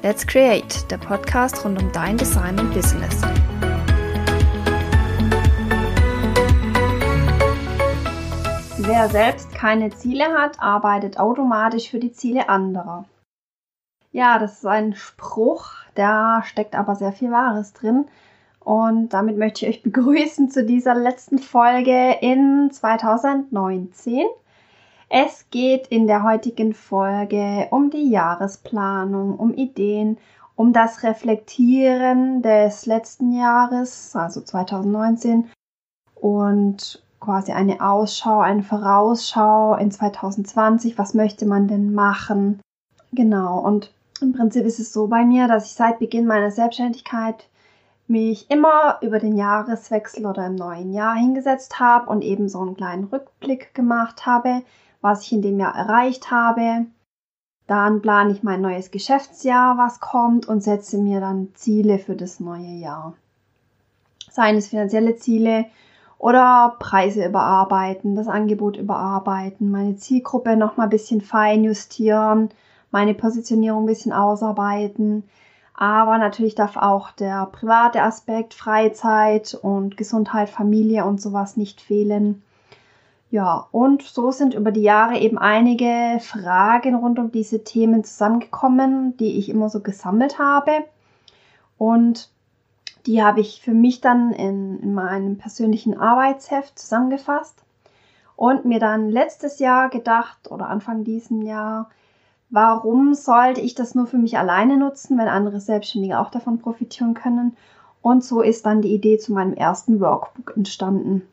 Let's Create, der Podcast rund um dein Design und Business. Wer selbst keine Ziele hat, arbeitet automatisch für die Ziele anderer. Ja, das ist ein Spruch, da steckt aber sehr viel Wahres drin. Und damit möchte ich euch begrüßen zu dieser letzten Folge in 2019. Es geht in der heutigen Folge um die Jahresplanung, um Ideen, um das Reflektieren des letzten Jahres, also 2019, und quasi eine Ausschau, eine Vorausschau in 2020. Was möchte man denn machen? Genau, und im Prinzip ist es so bei mir, dass ich seit Beginn meiner Selbstständigkeit mich immer über den Jahreswechsel oder im neuen Jahr hingesetzt habe und eben so einen kleinen Rückblick gemacht habe, was ich in dem Jahr erreicht habe. Dann plane ich mein neues Geschäftsjahr, was kommt, und setze mir dann Ziele für das neue Jahr. Seien es finanzielle Ziele oder Preise überarbeiten, das Angebot überarbeiten, meine Zielgruppe noch mal ein bisschen feinjustieren, meine Positionierung ein bisschen ausarbeiten. Aber natürlich darf auch der private Aspekt, Freizeit und Gesundheit, Familie und sowas nicht fehlen. Ja, und so sind über die Jahre eben einige Fragen rund um diese Themen zusammengekommen, die ich immer so gesammelt habe. Und die habe ich für mich dann in meinem persönlichen Arbeitsheft zusammengefasst und mir dann letztes Jahr gedacht oder Anfang diesem Jahr, warum sollte ich das nur für mich alleine nutzen, wenn andere Selbstständige auch davon profitieren können? Und so ist dann die Idee zu meinem ersten Workbook entstanden.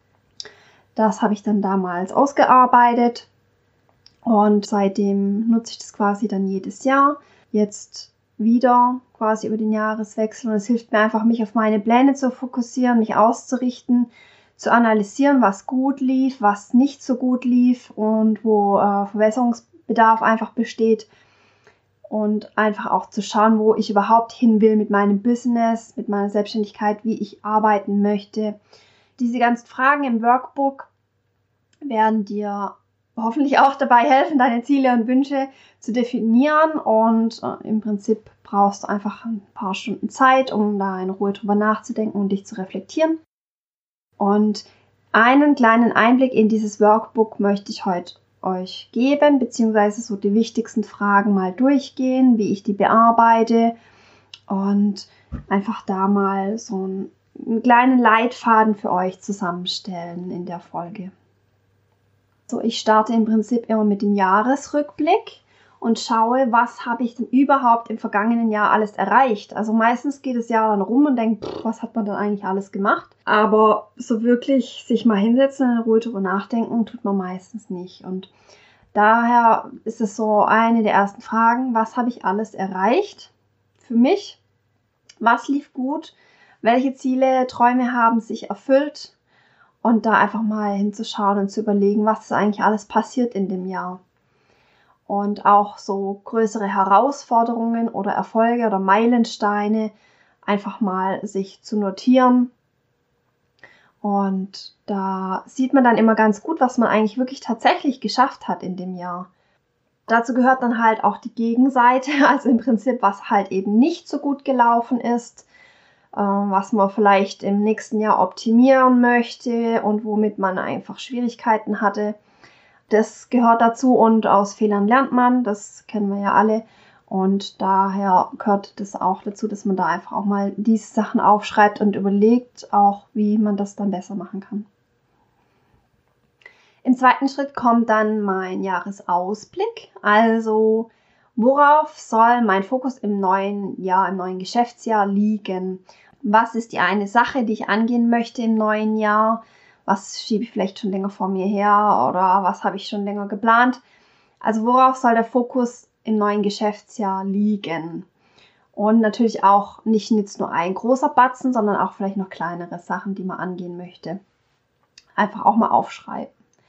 Das habe ich dann damals ausgearbeitet und seitdem nutze ich das quasi dann jedes Jahr. Jetzt wieder quasi über den Jahreswechsel, und es hilft mir einfach, mich auf meine Pläne zu fokussieren, mich auszurichten, zu analysieren, was gut lief, was nicht so gut lief und wo Verbesserungsbedarf einfach besteht, und einfach auch zu schauen, wo ich überhaupt hin will mit meinem Business, mit meiner Selbstständigkeit, wie ich arbeiten möchte. Diese ganzen Fragen im Workbook werden dir hoffentlich auch dabei helfen, deine Ziele und Wünsche zu definieren, und im Prinzip brauchst du einfach ein paar Stunden Zeit, um da in Ruhe drüber nachzudenken und dich zu reflektieren. Und einen kleinen Einblick in dieses Workbook möchte ich heute euch geben, beziehungsweise so die wichtigsten Fragen mal durchgehen, wie ich die bearbeite, und einfach da mal so einen kleinen Leitfaden für euch zusammenstellen in der Folge. So, ich starte im Prinzip immer mit dem Jahresrückblick und schaue, was habe ich denn überhaupt im vergangenen Jahr alles erreicht. Also meistens geht das Jahr dann rum und denkt, was hat man denn eigentlich alles gemacht? Aber so wirklich sich mal hinsetzen und in Ruhe drüber nachdenken, tut man meistens nicht. Und daher ist es so eine der ersten Fragen: Was habe ich alles erreicht für mich? Was lief gut? Welche Ziele, Träume haben sich erfüllt? Und da einfach mal hinzuschauen und zu überlegen, was ist eigentlich alles passiert in dem Jahr. Und auch so größere Herausforderungen oder Erfolge oder Meilensteine einfach mal sich zu notieren. Und da sieht man dann immer ganz gut, was man eigentlich wirklich tatsächlich geschafft hat in dem Jahr. Dazu gehört dann halt auch die Gegenseite, also im Prinzip, was halt eben nicht so gut gelaufen ist, was man vielleicht im nächsten Jahr optimieren möchte und womit man einfach Schwierigkeiten hatte. Das gehört dazu, und aus Fehlern lernt man, das kennen wir ja alle, und daher gehört das auch dazu, dass man da einfach auch mal diese Sachen aufschreibt und überlegt auch, wie man das dann besser machen kann. Im zweiten Schritt kommt dann mein Jahresausblick, also worauf soll mein Fokus im neuen Jahr, im neuen Geschäftsjahr liegen? Was ist die eine Sache, die ich angehen möchte im neuen Jahr? Was schiebe ich vielleicht schon länger vor mir her, oder was habe ich schon länger geplant? Also worauf soll der Fokus im neuen Geschäftsjahr liegen? Und natürlich auch nicht jetzt nur ein großer Batzen, sondern auch vielleicht noch kleinere Sachen, die man angehen möchte. Einfach auch mal aufschreiben.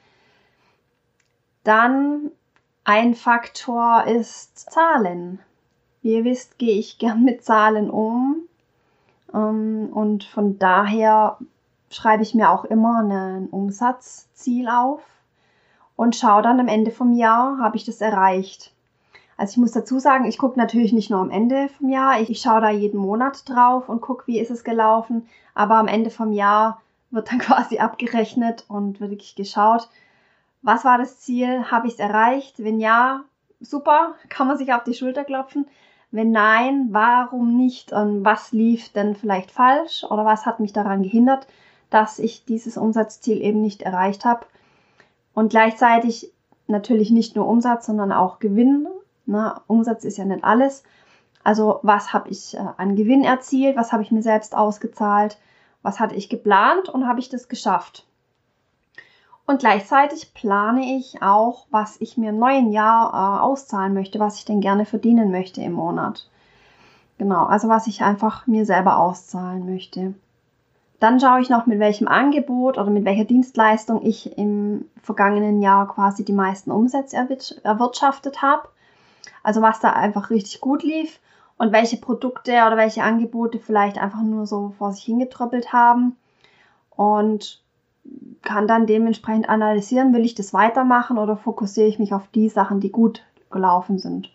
Dann ein Faktor ist Zahlen. Wie ihr wisst, gehe ich gern mit Zahlen um. Und von daher schreibe ich mir auch immer ein Umsatzziel auf und schaue dann am Ende vom Jahr, habe ich das erreicht. Also ich muss dazu sagen, ich gucke natürlich nicht nur am Ende vom Jahr, ich schaue da jeden Monat drauf und gucke, wie ist es gelaufen, aber am Ende vom Jahr wird dann quasi abgerechnet und wird wirklich geschaut, was war das Ziel, habe ich es erreicht, wenn ja, super, kann man sich auf die Schulter klopfen, wenn nein, warum nicht und was lief denn vielleicht falsch oder was hat mich daran gehindert, dass ich dieses Umsatzziel eben nicht erreicht habe und gleichzeitig natürlich nicht nur Umsatz, sondern auch Gewinn. Na, Umsatz ist ja nicht alles. Also was habe ich an Gewinn erzielt, was habe ich mir selbst ausgezahlt, was hatte ich geplant und habe ich das geschafft. Und gleichzeitig plane ich auch, was ich mir im neuen Jahr auszahlen möchte, was ich denn gerne verdienen möchte im Monat. Genau, also was ich einfach mir selber auszahlen möchte. Dann schaue ich noch, mit welchem Angebot oder mit welcher Dienstleistung ich im vergangenen Jahr quasi die meisten Umsätze erwirtschaftet habe. Also was da einfach richtig gut lief und welche Produkte oder welche Angebote vielleicht einfach nur so vor sich hingetröppelt haben. Und kann dann dementsprechend analysieren, will ich das weitermachen oder fokussiere ich mich auf die Sachen, die gut gelaufen sind.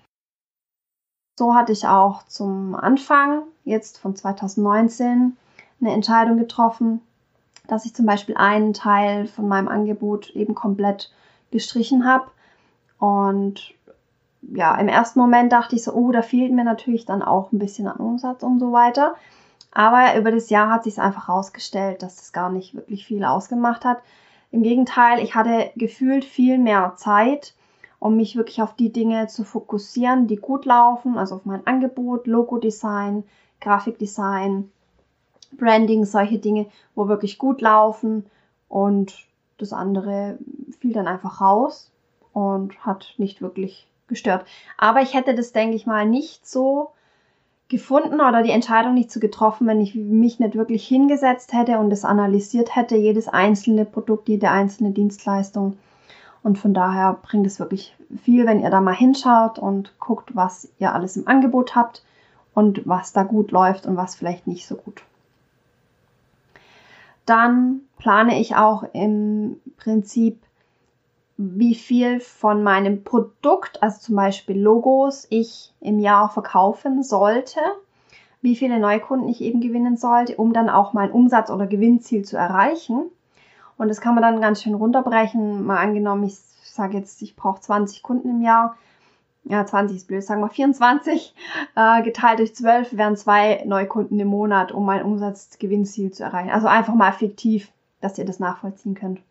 So hatte ich auch zum Anfang jetzt von 2019 eine Entscheidung getroffen, dass ich zum Beispiel einen Teil von meinem Angebot eben komplett gestrichen habe. Und ja, im ersten Moment dachte ich so, da fehlt mir natürlich dann auch ein bisschen an Umsatz und so weiter. Aber über das Jahr hat sich es einfach herausgestellt, dass das gar nicht wirklich viel ausgemacht hat. Im Gegenteil, ich hatte gefühlt viel mehr Zeit, um mich wirklich auf die Dinge zu fokussieren, die gut laufen, also auf mein Angebot, Logo-Design, Grafikdesign, Branding, solche Dinge, wo wirklich gut laufen, und das andere fiel dann einfach raus und hat nicht wirklich gestört. Aber ich hätte das, denke ich mal, nicht so gefunden oder die Entscheidung nicht so getroffen, wenn ich mich nicht wirklich hingesetzt hätte und es analysiert hätte, jedes einzelne Produkt, jede einzelne Dienstleistung. Und von daher bringt es wirklich viel, wenn ihr da mal hinschaut und guckt, was ihr alles im Angebot habt und was da gut läuft und was vielleicht nicht so gut. Dann plane ich auch im Prinzip, wie viel von meinem Produkt, also zum Beispiel Logos, ich im Jahr verkaufen sollte, wie viele Neukunden ich eben gewinnen sollte, um dann auch mein Umsatz- oder Gewinnziel zu erreichen. Und das kann man dann ganz schön runterbrechen. Mal angenommen, ich sage jetzt, ich brauche 20 Kunden im Jahr. Ja, 20 ist blöd, sagen wir 24. Geteilt durch 12 wären 2 Neukunden im Monat, um mein Umsatz-Gewinnziel zu erreichen. Also einfach mal fiktiv, dass ihr das nachvollziehen könnt.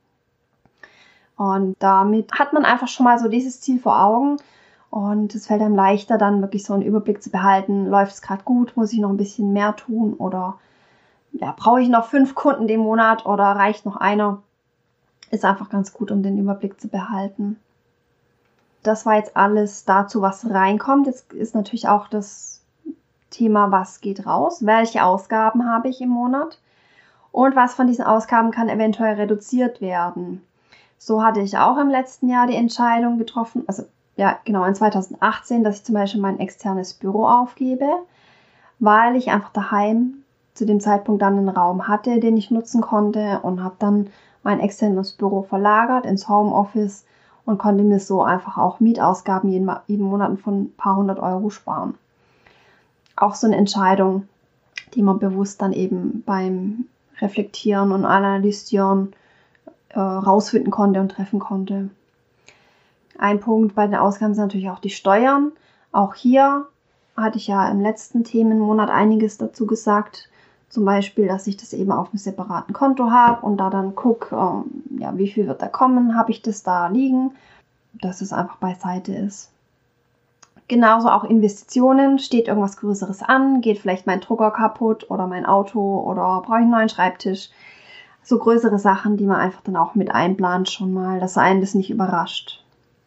Und damit hat man einfach schon mal so dieses Ziel vor Augen. Und es fällt einem leichter, dann wirklich so einen Überblick zu behalten. Läuft es gerade gut? Muss ich noch ein bisschen mehr tun? Oder ja, brauche ich noch 5 Kunden den Monat oder reicht noch einer? Ist einfach ganz gut, um den Überblick zu behalten. Das war jetzt alles dazu, was reinkommt. Jetzt ist natürlich auch das Thema, was geht raus? Welche Ausgaben habe ich im Monat? Und was von diesen Ausgaben kann eventuell reduziert werden? So hatte ich auch im letzten Jahr die Entscheidung getroffen, also ja, genau in 2018, dass ich zum Beispiel mein externes Büro aufgebe, weil ich einfach daheim zu dem Zeitpunkt dann einen Raum hatte, den ich nutzen konnte, und habe dann mein externes Büro verlagert ins Homeoffice und konnte mir so einfach auch Mietausgaben jeden Monat von ein paar hundert Euro sparen. Auch so eine Entscheidung, die man bewusst dann eben beim Reflektieren und Analysieren rausfinden konnte und treffen konnte. Ein Punkt bei den Ausgaben sind natürlich auch die Steuern. Auch hier hatte ich ja im letzten Themenmonat einiges dazu gesagt. Zum Beispiel, dass ich das eben auf einem separaten Konto habe und da dann gucke, wie viel wird da kommen, habe ich das da liegen, dass es einfach beiseite ist. Genauso auch Investitionen, steht irgendwas Größeres an, geht vielleicht mein Drucker kaputt oder mein Auto oder brauche ich einen neuen Schreibtisch. So größere Sachen, die man einfach dann auch mit einplant schon mal, dass einen das nicht überrascht.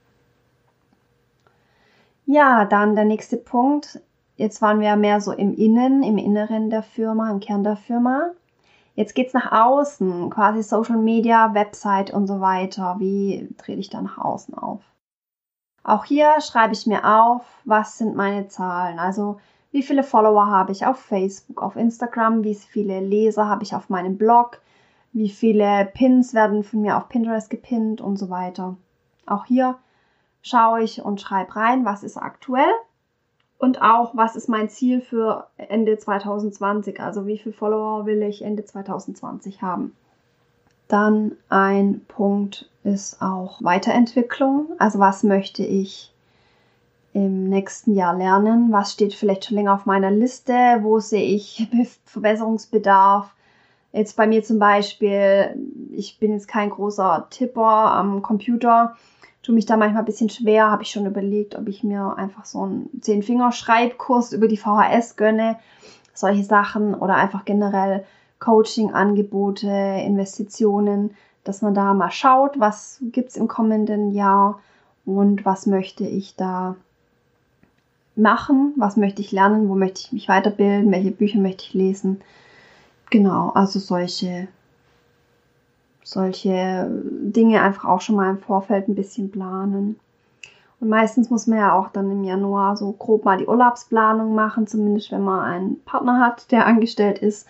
Ja, dann der nächste Punkt. Jetzt waren wir ja mehr so im Inneren der Firma, im Kern der Firma. Jetzt geht's nach außen, quasi Social Media, Website und so weiter. Wie trete ich da nach außen auf? Auch hier schreibe ich mir auf, was sind meine Zahlen. Also wie viele Follower habe ich auf Facebook, auf Instagram, wie viele Leser habe ich auf meinem Blog, wie viele Pins werden von mir auf Pinterest gepinnt und so weiter. Auch hier schaue ich und schreibe rein, was ist aktuell und auch, was ist mein Ziel für Ende 2020, also wie viele Follower will ich Ende 2020 haben. Dann ein Punkt ist auch Weiterentwicklung, also was möchte ich im nächsten Jahr lernen, was steht vielleicht schon länger auf meiner Liste, wo sehe ich Verbesserungsbedarf. Jetzt bei mir zum Beispiel, ich bin jetzt kein großer Tipper am Computer, tue mich da manchmal ein bisschen schwer, habe ich schon überlegt, ob ich mir einfach so einen 10-Finger-Schreibkurs über die VHS gönne, solche Sachen oder einfach generell Coaching-Angebote, Investitionen, dass man da mal schaut, was gibt's im kommenden Jahr und was möchte ich da machen, was möchte ich lernen, wo möchte ich mich weiterbilden, welche Bücher möchte ich lesen. Genau, also solche Dinge einfach auch schon mal im Vorfeld ein bisschen planen. Und meistens muss man ja auch dann im Januar so grob mal die Urlaubsplanung machen, zumindest wenn man einen Partner hat, der angestellt ist.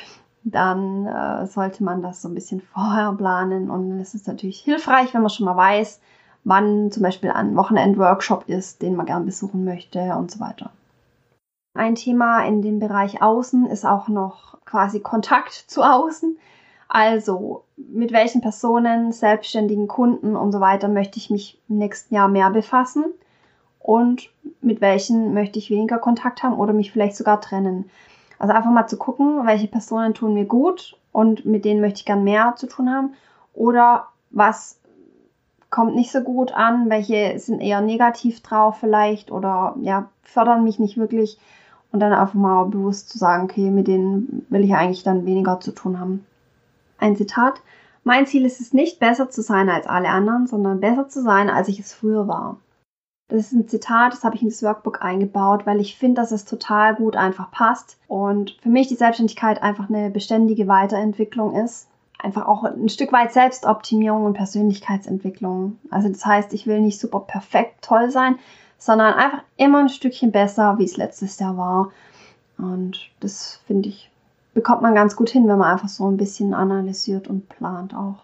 Dann sollte man das so ein bisschen vorher planen. Und dann ist es natürlich hilfreich, wenn man schon mal weiß, wann zum Beispiel ein Wochenend-Workshop ist, den man gern besuchen möchte und so weiter. Ein Thema in dem Bereich Außen ist auch noch quasi Kontakt zu außen. Also mit welchen Personen, selbstständigen Kunden und so weiter möchte ich mich im nächsten Jahr mehr befassen und mit welchen möchte ich weniger Kontakt haben oder mich vielleicht sogar trennen. Also einfach mal zu gucken, welche Personen tun mir gut und mit denen möchte ich gern mehr zu tun haben oder was kommt nicht so gut an, welche sind eher negativ drauf vielleicht oder ja, fördern mich nicht wirklich und dann einfach mal bewusst zu sagen, okay, mit denen will ich eigentlich dann weniger zu tun haben. Ein Zitat: Mein Ziel ist es nicht, besser zu sein als alle anderen, sondern besser zu sein, als ich es früher war. Das ist ein Zitat, das habe ich in das Workbook eingebaut, weil ich finde, dass es total gut einfach passt und für mich die Selbstständigkeit einfach eine beständige Weiterentwicklung ist. Einfach auch ein Stück weit Selbstoptimierung und Persönlichkeitsentwicklung. Also das heißt, ich will nicht super perfekt toll sein, sondern einfach immer ein Stückchen besser, wie es letztes Jahr war. Und das, finde ich, bekommt man ganz gut hin, wenn man einfach so ein bisschen analysiert und plant auch.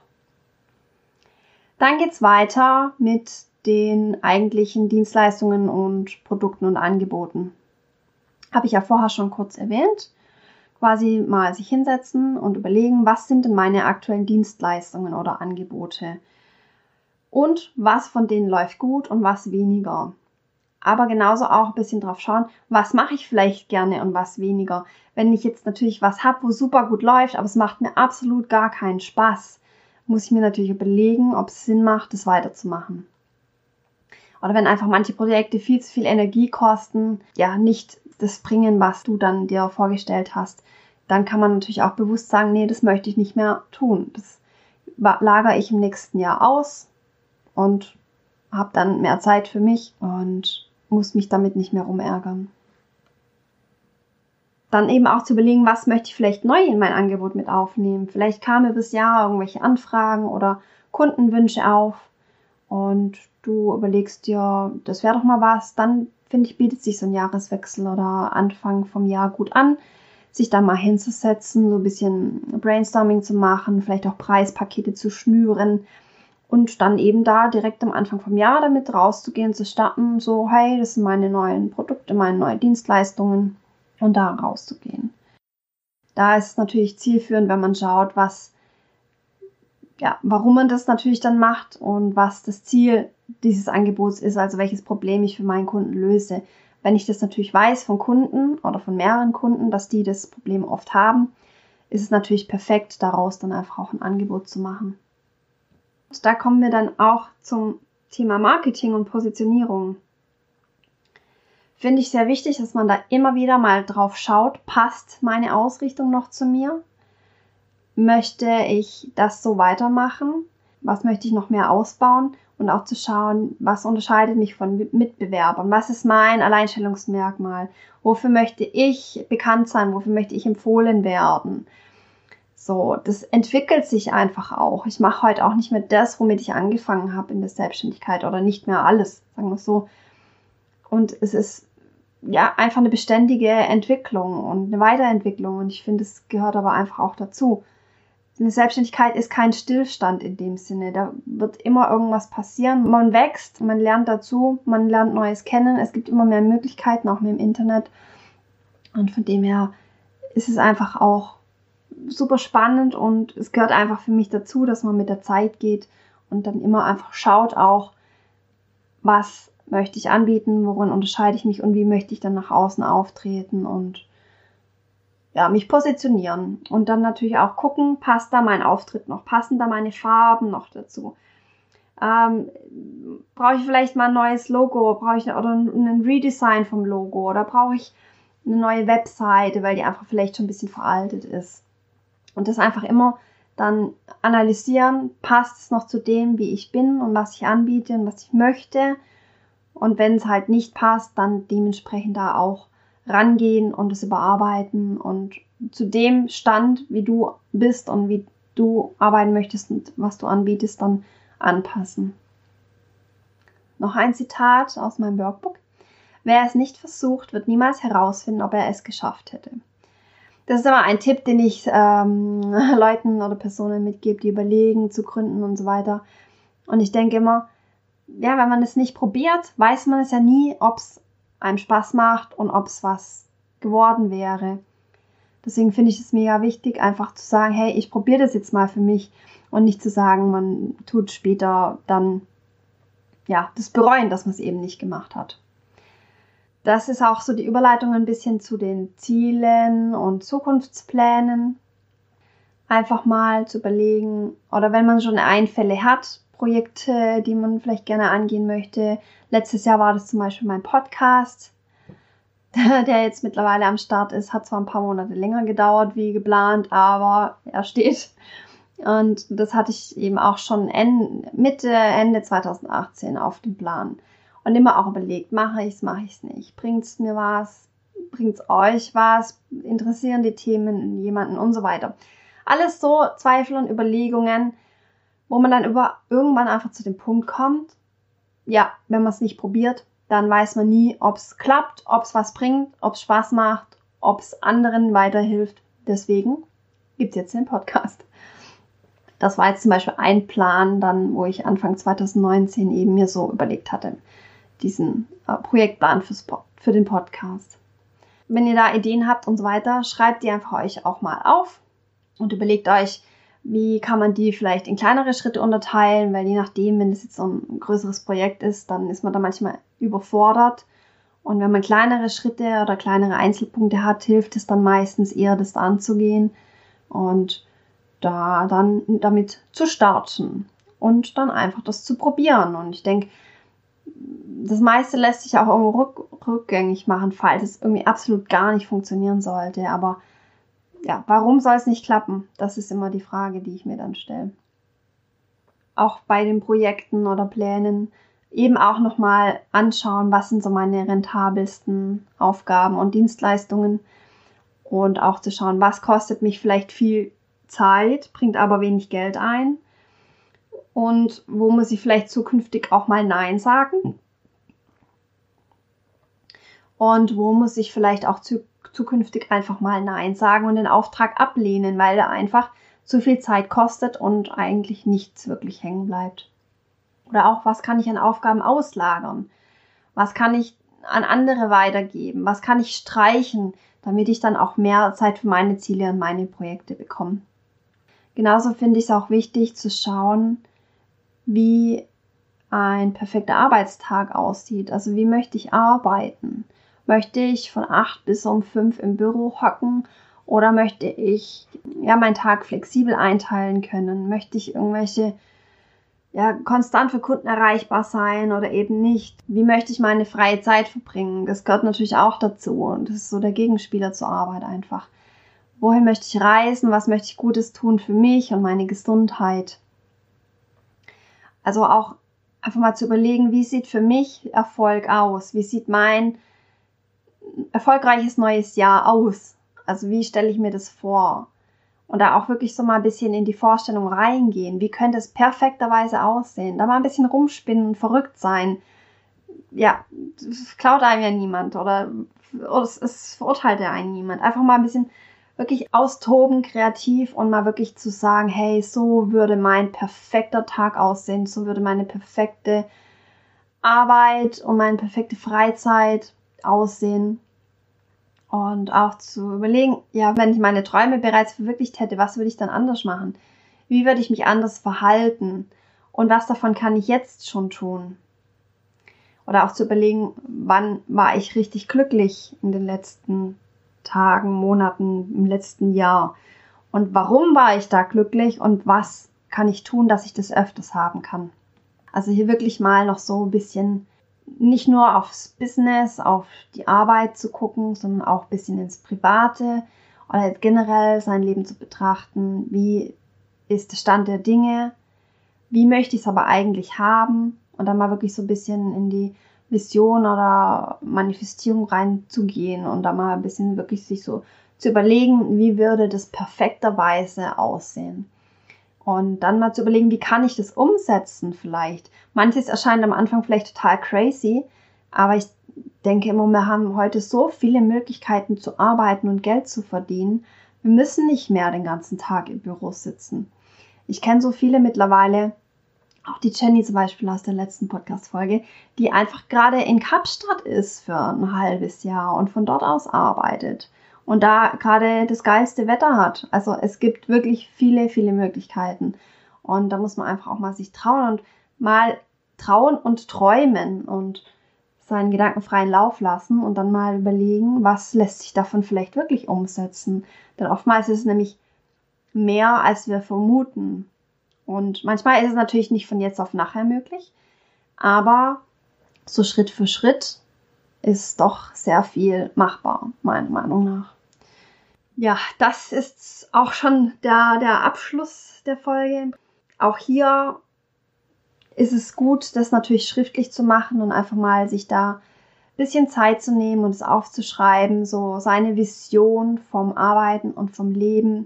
Dann geht's weiter mit den eigentlichen Dienstleistungen und Produkten und Angeboten. Habe ich ja vorher schon kurz erwähnt. Quasi mal sich hinsetzen und überlegen, was sind denn meine aktuellen Dienstleistungen oder Angebote und was von denen läuft gut und was weniger. Aber genauso auch ein bisschen drauf schauen, was mache ich vielleicht gerne und was weniger. Wenn ich jetzt natürlich was habe, wo super gut läuft, aber es macht mir absolut gar keinen Spaß, muss ich mir natürlich überlegen, ob es Sinn macht, das weiterzumachen. Oder wenn einfach manche Projekte viel zu viel Energie kosten, ja, nicht das bringen, was du dann dir vorgestellt hast, dann kann man natürlich auch bewusst sagen, nee, das möchte ich nicht mehr tun. Das lagere ich im nächsten Jahr aus und habe dann mehr Zeit für mich und muss mich damit nicht mehr rumärgern. Dann eben auch zu überlegen, was möchte ich vielleicht neu in mein Angebot mit aufnehmen. Vielleicht kamen über das Jahr irgendwelche Anfragen oder Kundenwünsche auf und du überlegst dir, das wäre doch mal was. Dann, finde ich, bietet sich so ein Jahreswechsel oder Anfang vom Jahr gut an, sich da mal hinzusetzen, so ein bisschen Brainstorming zu machen, vielleicht auch Preispakete zu schnüren und dann eben da direkt am Anfang vom Jahr damit rauszugehen, zu starten, so, hey, das sind meine neuen Produkte, meine neuen Dienstleistungen und da rauszugehen. Da ist es natürlich zielführend, wenn man schaut, warum man das natürlich dann macht und was das Ziel dieses Angebots ist, also welches Problem ich für meinen Kunden löse. Wenn ich das natürlich weiß von Kunden oder von mehreren Kunden, dass die das Problem oft haben, ist es natürlich perfekt, daraus dann einfach auch ein Angebot zu machen. Und da kommen wir dann auch zum Thema Marketing und Positionierung. Finde ich sehr wichtig, dass man da immer wieder mal drauf schaut, passt meine Ausrichtung noch zu mir? Möchte ich das so weitermachen? Was möchte ich noch mehr ausbauen? Und auch zu schauen, was unterscheidet mich von Mitbewerbern? Was ist mein Alleinstellungsmerkmal? Wofür möchte ich bekannt sein? Wofür möchte ich empfohlen werden? So, das entwickelt sich einfach auch. Ich mache heute auch nicht mehr das, womit ich angefangen habe in der Selbstständigkeit oder nicht mehr alles, sagen wir so. Und es ist ja einfach eine beständige Entwicklung und eine Weiterentwicklung und ich finde, es gehört aber einfach auch dazu. Eine Selbstständigkeit ist kein Stillstand in dem Sinne. Da wird immer irgendwas passieren. Man wächst, man lernt dazu, man lernt Neues kennen. Es gibt immer mehr Möglichkeiten, auch mit dem Internet. Und von dem her ist es einfach auch super spannend und es gehört einfach für mich dazu, dass man mit der Zeit geht und dann immer einfach schaut auch, was möchte ich anbieten, worin unterscheide ich mich und wie möchte ich dann nach außen auftreten und ja, mich positionieren. Und dann natürlich auch gucken, passt da mein Auftritt noch, passen da meine Farben noch dazu. Brauche ich vielleicht mal ein neues Logo, brauche ich oder einen Redesign vom Logo oder brauche ich eine neue Webseite, weil die einfach vielleicht schon ein bisschen veraltet ist. Und das einfach immer dann analysieren, passt es noch zu dem, wie ich bin und was ich anbiete und was ich möchte. Und wenn es halt nicht passt, dann dementsprechend da auch rangehen und es überarbeiten und zu dem Stand, wie du bist und wie du arbeiten möchtest und was du anbietest, dann anpassen. Noch ein Zitat aus meinem Workbook. Wer es nicht versucht, wird niemals herausfinden, ob er es geschafft hätte. Das ist immer ein Tipp, den ich Leuten oder Personen mitgebe, die überlegen, zu gründen und so weiter. Und ich denke immer, ja, wenn man es nicht probiert, weiß man es ja nie, ob es einem Spaß macht und ob es was geworden wäre. Deswegen finde ich es mega wichtig, einfach zu sagen, hey, ich probiere das jetzt mal für mich und nicht zu sagen, man tut später dann ja das bereuen, dass man es eben nicht gemacht hat. Das ist auch so die Überleitung ein bisschen zu den Zielen und Zukunftsplänen. Einfach mal zu überlegen, oder wenn man schon Einfälle hat, Projekte, die man vielleicht gerne angehen möchte. Letztes Jahr war das zum Beispiel mein Podcast, der jetzt mittlerweile am Start ist. Hat zwar ein paar Monate länger gedauert wie geplant, aber er steht. Und das hatte ich eben auch schon Ende 2018 auf dem Plan. Und immer auch überlegt, mache ich es nicht? Bringt es mir was? Bringt es euch was? Interessieren die Themen jemanden und so weiter? Alles so Zweifel und Überlegungen, wo man dann irgendwann einfach zu dem Punkt kommt, ja, wenn man es nicht probiert, dann weiß man nie, ob es klappt, ob es was bringt, ob es Spaß macht, ob es anderen weiterhilft. Deswegen gibt es jetzt den Podcast. Das war jetzt zum Beispiel ein Plan, dann, wo ich Anfang 2019 eben mir so überlegt hatte, diesen Projektplan für den Podcast. Wenn ihr da Ideen habt und so weiter, schreibt die einfach euch auch mal auf und überlegt euch, wie kann man die vielleicht in kleinere Schritte unterteilen, weil je nachdem, wenn es jetzt so ein größeres Projekt ist, dann ist man da manchmal überfordert. Und wenn man kleinere Schritte oder kleinere Einzelpunkte hat, hilft es dann meistens eher, das anzugehen und da dann damit zu starten und dann einfach das zu probieren. Und ich denke, das meiste lässt sich auch irgendwo rückgängig machen, falls es irgendwie absolut gar nicht funktionieren sollte. Aber ja, warum soll es nicht klappen? Das ist immer die Frage, die ich mir dann stelle. Auch bei den Projekten oder Plänen eben auch nochmal anschauen, was sind so meine rentabelsten Aufgaben und Dienstleistungen und auch zu schauen, was kostet mich vielleicht viel Zeit, bringt aber wenig Geld ein und wo muss ich vielleicht zukünftig auch mal Nein sagen und wo muss ich vielleicht auch zukünftig einfach mal Nein sagen und den Auftrag ablehnen, weil er einfach zu viel Zeit kostet und eigentlich nichts wirklich hängen bleibt. Oder auch, was kann ich an Aufgaben auslagern? Was kann ich an andere weitergeben? Was kann ich streichen, damit ich dann auch mehr Zeit für meine Ziele und meine Projekte bekomme? Genauso finde ich es auch wichtig zu schauen, wie ein perfekter Arbeitstag aussieht. Also wie möchte ich arbeiten? Möchte ich von 8 bis um 5 im Büro hocken oder möchte ich meinen Tag flexibel einteilen können? Möchte ich irgendwelche konstant für Kunden erreichbar sein oder eben nicht? Wie möchte ich meine freie Zeit verbringen? Das gehört natürlich auch dazu und das ist so der Gegenspieler zur Arbeit einfach. Wohin möchte ich reisen? Was möchte ich Gutes tun für mich und meine Gesundheit? Also auch einfach mal zu überlegen, wie sieht für mich Erfolg aus? Wie sieht mein erfolgreiches neues Jahr aus? Also wie stelle ich mir das vor? Und da auch wirklich so mal ein bisschen in die Vorstellung reingehen. Wie könnte es perfekterweise aussehen? Da mal ein bisschen rumspinnen und verrückt sein. Ja, das klaut einem ja niemand oder es verurteilt ja einen niemand. Einfach mal ein bisschen wirklich austoben, kreativ und mal wirklich zu sagen, hey, so würde mein perfekter Tag aussehen, so würde meine perfekte Arbeit und meine perfekte Freizeit aussehen. Und auch zu überlegen, ja, wenn ich meine Träume bereits verwirklicht hätte, was würde ich dann anders machen? Wie würde ich mich anders verhalten? Und was davon kann ich jetzt schon tun? Oder auch zu überlegen, wann war ich richtig glücklich in den letzten Tagen, Monaten, im letzten Jahr? Und warum war ich da glücklich und was kann ich tun, dass ich das öfters haben kann? Also hier wirklich mal noch so ein bisschen nicht nur aufs Business, auf die Arbeit zu gucken, sondern auch ein bisschen ins Private oder generell sein Leben zu betrachten. Wie ist der Stand der Dinge? Wie möchte ich es aber eigentlich haben? Und dann mal wirklich so ein bisschen in die Vision oder Manifestierung reinzugehen und da mal ein bisschen wirklich sich so zu überlegen, wie würde das perfekterweise aussehen. Und dann mal zu überlegen, wie kann ich das umsetzen vielleicht. Manches erscheint am Anfang vielleicht total crazy, aber ich denke immer, wir haben heute so viele Möglichkeiten zu arbeiten und Geld zu verdienen. Wir müssen nicht mehr den ganzen Tag im Büro sitzen. Ich kenne so viele mittlerweile, auch die Jenny zum Beispiel aus der letzten Podcast-Folge, die einfach gerade in Kapstadt ist für ein halbes Jahr und von dort aus arbeitet. Und da gerade das geilste Wetter hat. Also es gibt wirklich viele, viele Möglichkeiten. Und da muss man einfach auch mal sich trauen und träumen und seinen gedankenfreien Lauf lassen und dann mal überlegen, was lässt sich davon vielleicht wirklich umsetzen. Denn oftmals ist es nämlich mehr, als wir vermuten. Und manchmal ist es natürlich nicht von jetzt auf nachher möglich, aber so Schritt für Schritt ist doch sehr viel machbar, meiner Meinung nach. Ja, das ist auch schon der Abschluss der Folge. Auch hier ist es gut, das natürlich schriftlich zu machen und einfach mal sich da ein bisschen Zeit zu nehmen und es aufzuschreiben, so seine Vision vom Arbeiten und vom Leben.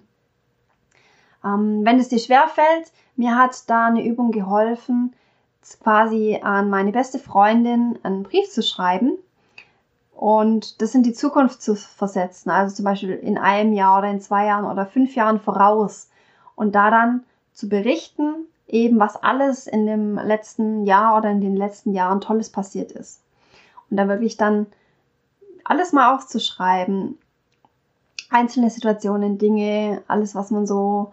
Wenn es dir schwerfällt, mir hat da eine Übung geholfen, quasi an meine beste Freundin einen Brief zu schreiben und das in die Zukunft zu versetzen, also zum Beispiel in einem Jahr oder in 2 Jahren oder 5 Jahren voraus und da dann zu berichten, eben was alles in dem letzten Jahr oder in den letzten Jahren Tolles passiert ist. Und da wirklich dann alles mal aufzuschreiben, einzelne Situationen, Dinge, alles, was man so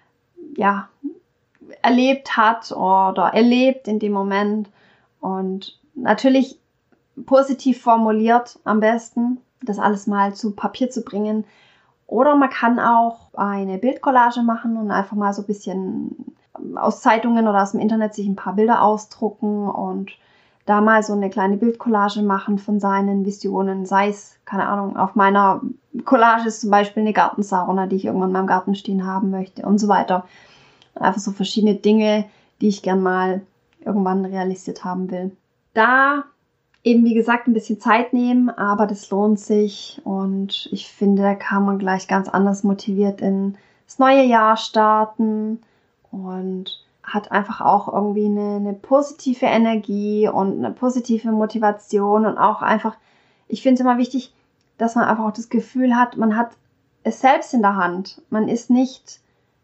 erlebt hat oder erlebt in dem Moment und natürlich positiv formuliert am besten, das alles mal zu Papier zu bringen. Oder man kann auch eine Bildcollage machen und einfach mal so ein bisschen aus Zeitungen oder aus dem Internet sich ein paar Bilder ausdrucken und da mal so eine kleine Bildcollage machen von seinen Visionen, sei es, keine Ahnung, auf meiner Collage ist zum Beispiel eine Gartensauna, die ich irgendwann in meinem Garten stehen haben möchte und so weiter. Einfach so verschiedene Dinge, die ich gern mal irgendwann realisiert haben will. Da eben, wie gesagt, ein bisschen Zeit nehmen, aber das lohnt sich und ich finde, da kann man gleich ganz anders motiviert in das neue Jahr starten und hat einfach auch irgendwie eine positive Energie und eine positive Motivation und auch einfach, ich finde es immer wichtig, dass man einfach auch das Gefühl hat, man hat es selbst in der Hand. Man ist nicht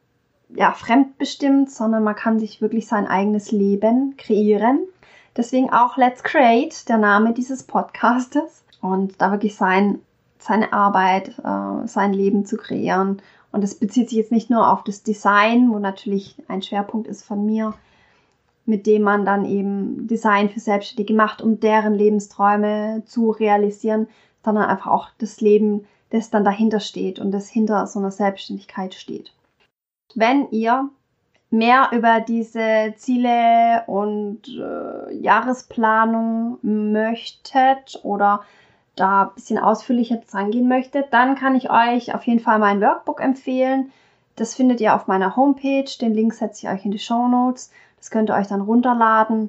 fremdbestimmt, sondern man kann sich wirklich sein eigenes Leben kreieren. Deswegen auch Let's Create, der Name dieses Podcastes. Und da wirklich seine Arbeit, sein Leben zu kreieren. Und das bezieht sich jetzt nicht nur auf das Design, wo natürlich ein Schwerpunkt ist von mir, mit dem man dann eben Design für Selbstständige macht, um deren Lebensträume zu realisieren, sondern einfach auch das Leben, das dann dahinter steht und das hinter so einer Selbstständigkeit steht. Wenn ihr mehr über diese Ziele und Jahresplanung möchtet oder da ein bisschen ausführlicher angehen möchtet, dann kann ich euch auf jeden Fall mein Workbook empfehlen. Das findet ihr auf meiner Homepage. Den Link setze ich euch in die Shownotes. Das könnt ihr euch dann runterladen,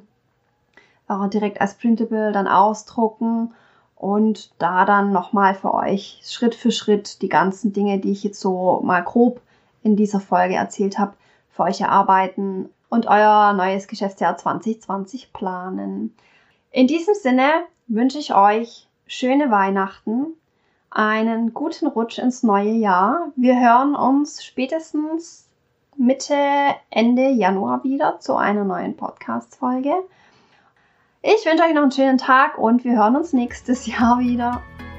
direkt als Printable dann ausdrucken und da dann nochmal für euch Schritt für Schritt die ganzen Dinge, die ich jetzt so mal grob in dieser Folge erzählt habe, für euch erarbeiten und euer neues Geschäftsjahr 2020 planen. In diesem Sinne wünsche ich euch schöne Weihnachten, einen guten Rutsch ins neue Jahr. Wir hören uns spätestens Mitte, Ende Januar wieder zu einer neuen Podcast-Folge. Ich wünsche euch noch einen schönen Tag und wir hören uns nächstes Jahr wieder.